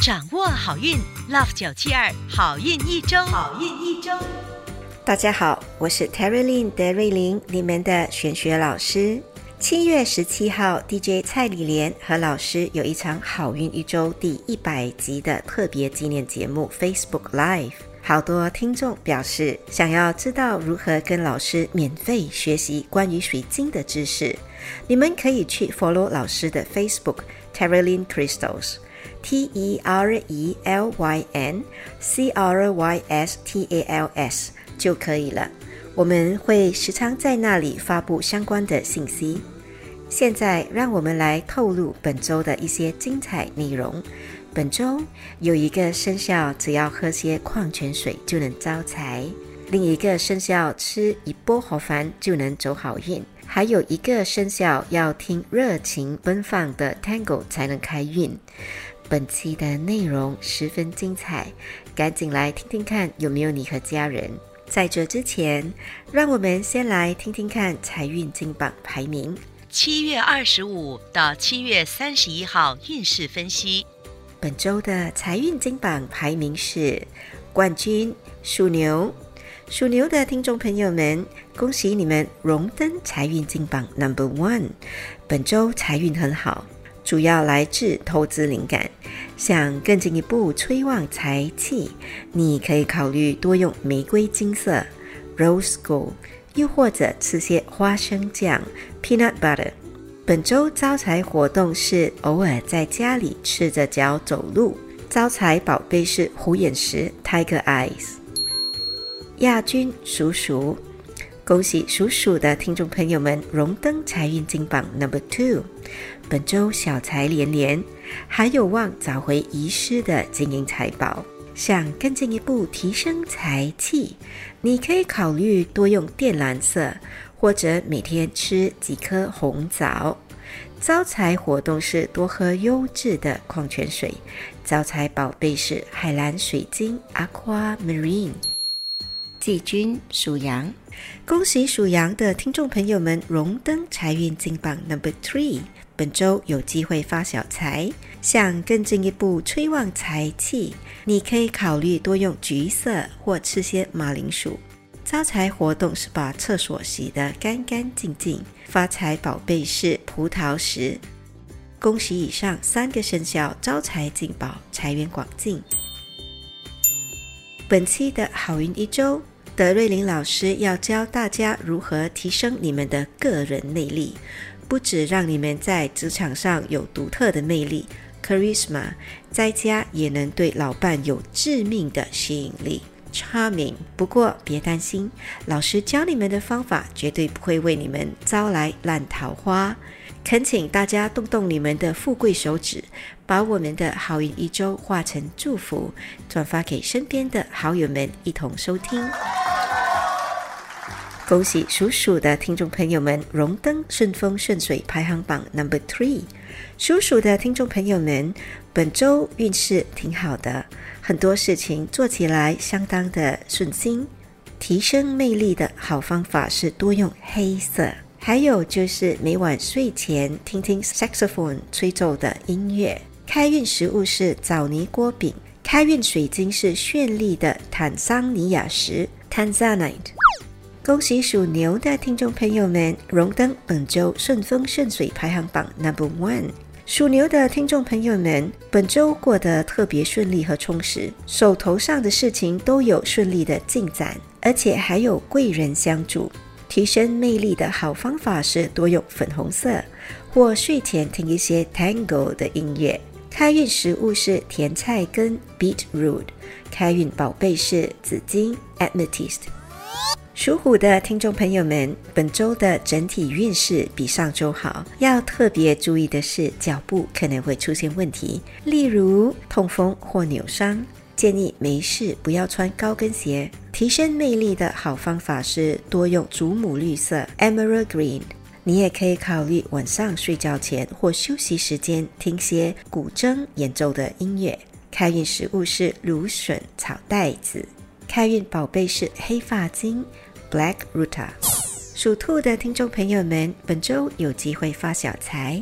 掌握好运 Love 972好运一周，好运一周。 大家好，我是 Terry Lin 德瑞琳，你们的玄学老师。7月17号 DJ 蔡李莲和老师有一场好运一周第100集的特别纪念节目 Facebook Live， 好多听众表示想要知道如何跟老师免费学习关于水晶的知识。你们可以去 follow 老师的 Facebook Terry Lin Crystals TerylynCrystals 就可以了，我们会时常在那里发布相关的信息。现在让我们来透露本周的一些精彩内容。本周有一个生肖只要喝些矿泉水就能招财，另一个生肖吃一波好饭就能走好运，还有一个生肖要听热情奔放的 Tango 才能开运。本期的内容十分精彩，赶紧来听听看有没有你和家人。在这之前，让我们先来听听看财运金榜排名。 7月25到7月31号运势分析。 本周的财运金榜排名是冠军属牛。属牛的听众朋友们，恭喜你们荣登财运金榜 No.1。 本周财运很好，主要来自投资灵感，想更进一步催旺财气，你可以考虑多用玫瑰金色 Rose Gold， 又或者吃些花生酱 Peanut Butter。 本周招财活动是偶尔在家里赤着脚走路，招财宝贝是虎眼石 Tiger Eyes。 亚军属鼠，恭喜属鼠的听众朋友们荣登财运金榜 No.2。 本周小财连连，还有望找回遗失的金银财宝。想更进一步提升财气，你可以考虑多用靛蓝色，或者每天吃几颗红枣。招财活动是多喝优质的矿泉水，招财宝贝是海蓝水晶 Aquamarine。 季军属羊，恭喜属羊的听众朋友们荣登财运金榜 No.3。 本周有机会发小财，想更进一步催旺财气，你可以考虑多用橘色或吃些马铃薯。招财活动是把厕所洗得干干净净，发财宝贝是葡萄石。恭喜以上3个生肖招财进宝，财源广进。本期的好运一周，德瑞琳老师要教大家如何提升你们的个人魅力，不只让你们在职场上有独特的魅力 Charisma， 在家也能对老伴有致命的吸引力 Charming。 不过别担心，老师教你们的方法绝对不会为你们招来烂桃花。恳请大家动动你们的富贵手指，把我们的好运一周化成祝福，转发给身边的好友们一同收听。恭喜属鼠的听众朋友们荣登顺风顺水排行榜 No.3。 属鼠的听众朋友们，本周运势挺好的，很多事情做起来相当的顺心。提升魅力的好方法是多用黑色，还有就是每晚睡前听听 saxophone 吹奏的音乐。开运食物是枣泥锅饼，开运水晶是绚丽的坦桑尼亚石 Tanzanite。恭喜属牛的听众朋友们荣登本周顺风顺水排行榜 No.1。 属牛的听众朋友们，本周过得特别顺利和充实，手头上的事情都有顺利的进展，而且还有贵人相助。提升魅力的好方法是多用粉红色，或睡前听一些 Tango 的音乐。开运食物是甜菜根 Beetroot， 开运宝贝是紫金 Amethyst。属虎的听众朋友们，本周的整体运势比上周好，要特别注意的是脚部可能会出现问题，例如痛风或扭伤，建议没事不要穿高跟鞋。提升魅力的好方法是多用祖母绿色 Emerald Green。 你也可以考虑晚上睡觉前或休息时间听些古筝演奏的音乐。开运食物是芦笋炒带子，开运宝贝是黑发晶 Black Ruta。 属兔的听众朋友们，本周有机会发小财，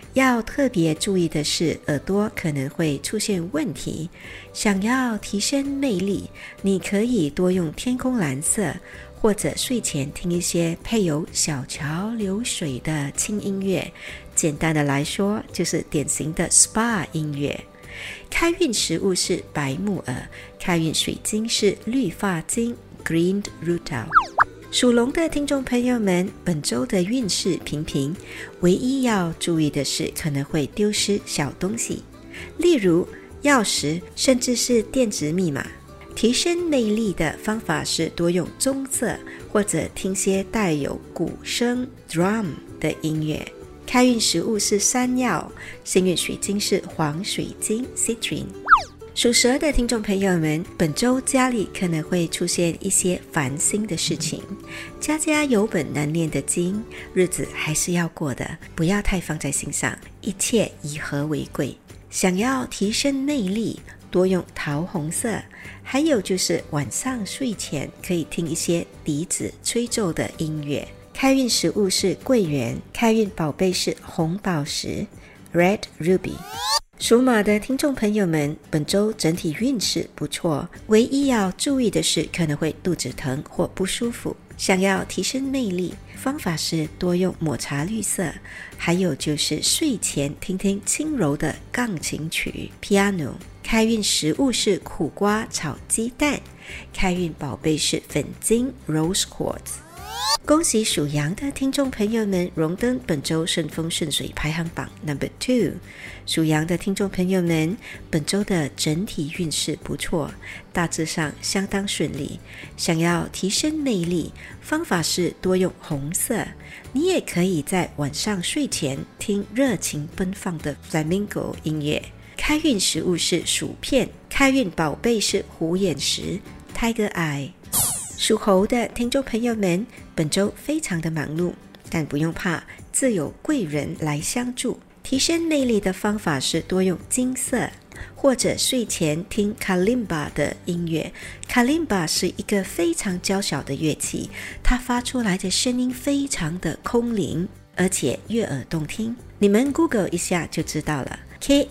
要特别注意的是，耳朵可能会出现问题。想要提升魅力，你可以多用天空蓝色，或者睡前听一些配有小桥流水的轻音乐。简单的来说，就是典型的 SPA 音乐。开运食物是白木耳，开运水晶是绿发晶 Green Rutil。属龙的听众朋友们，本周的运势平平，唯一要注意的是可能会丢失小东西，例如钥匙，甚至是电子密码。提升魅力的方法是多用棕色，或者听些带有鼓声 drum 的音乐。开运食物是山药，幸运水晶是黄水晶 citrine。属蛇的听众朋友们，本周家里可能会出现一些烦心的事情，家家有本难念的经，日子还是要过的，不要太放在心上，一切以和为贵。想要提升魅力，多用桃红色，还有就是晚上睡前可以听一些笛子吹奏的音乐。开运食物是桂圆，开运宝贝是红宝石 Red Ruby。属马的听众朋友们，本周整体运势不错，唯一要注意的是可能会肚子疼或不舒服。想要提升魅力，方法是多用抹茶绿色，还有就是睡前听听轻柔的钢琴曲 Piano。 开运食物是苦瓜炒鸡蛋，开运宝贝是粉晶 Rose Quartz。恭喜属羊的听众朋友们荣登本周顺风顺水排行榜 No.2。 属羊的听众朋友们，本周的整体运势不错，大致上相当顺利。想要提升魅力，方法是多用红色，你也可以在晚上睡前听热情奔放的 Flamingo 音乐。开运食物是薯片，开运宝贝是虎眼石 Tiger Eye。属猴的听众朋友们，本周非常的忙碌，但不用怕，自有贵人来相助。提升魅力的方法是多用金色，或者睡前听 Kalimba 的音乐。 Kalimba 是一个非常娇小的乐器，它发出来的声音非常的空灵，而且悦耳动听，你们 Google 一下就知道了。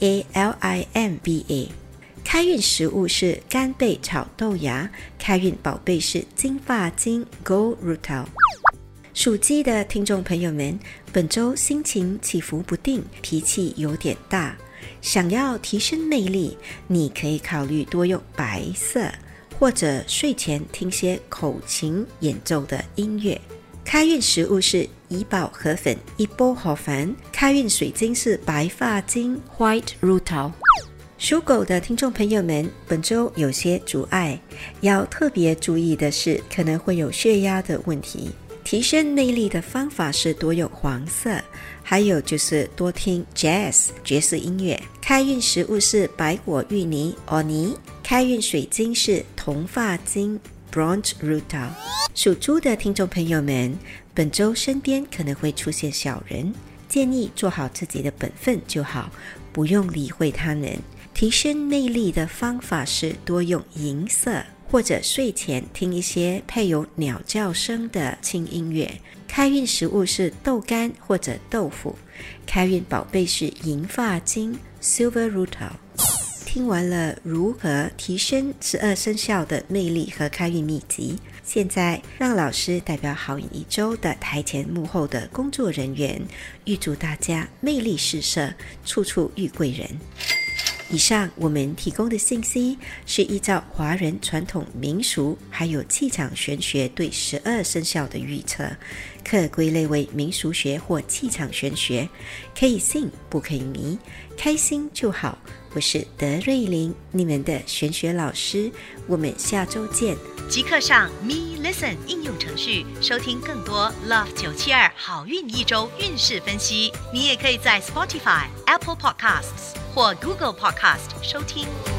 Kalimba。开运食物是干贝炒豆芽，开运宝贝是金发晶 Gold Rutil。 属鸡的听众朋友们，本周心情起伏不定，脾气有点大，想要提升魅力，你可以考虑多用白色，或者睡前听些口琴演奏的音乐。开运食物是怡宝河粉一波河粉，开运水晶是白发晶 White Rutil。属狗的听众朋友们，本周有些阻碍，要特别注意的是可能会有血压的问题。提升魅力的方法是多用黄色，还有就是多听 Jazz 爵士音乐。开运食物是白果芋泥 Oni， 开运水晶是铜发晶 Bronze Rutil。 属猪的听众朋友们，本周身边可能会出现小人，建议做好自己的本分就好，不用理会他们。提升魅力的方法是多用银色，或者睡前听一些配有鸟叫声的轻音乐。开运食物是豆干或者豆腐，开运宝贝是银发晶 Silver Rutil。 听完了如何提升12生肖的魅力和开运秘籍，现在让老师代表好运一周的台前幕后的工作人员，预祝大家魅力四射，处处遇贵人。以上我们提供的信息是依照华人传统民俗还有气场玄学对12生肖的预测，可归类为民俗学或气场玄学，可以信不可以迷，开心就好。我是德瑞琳，你们的玄学老师，我们下周见。 即刻上 Me Listen 应用程序收听更多 Love 972好运一周运势分析。你也可以在 Spotify、Apple Podcasts 或 Google Podcast 收听。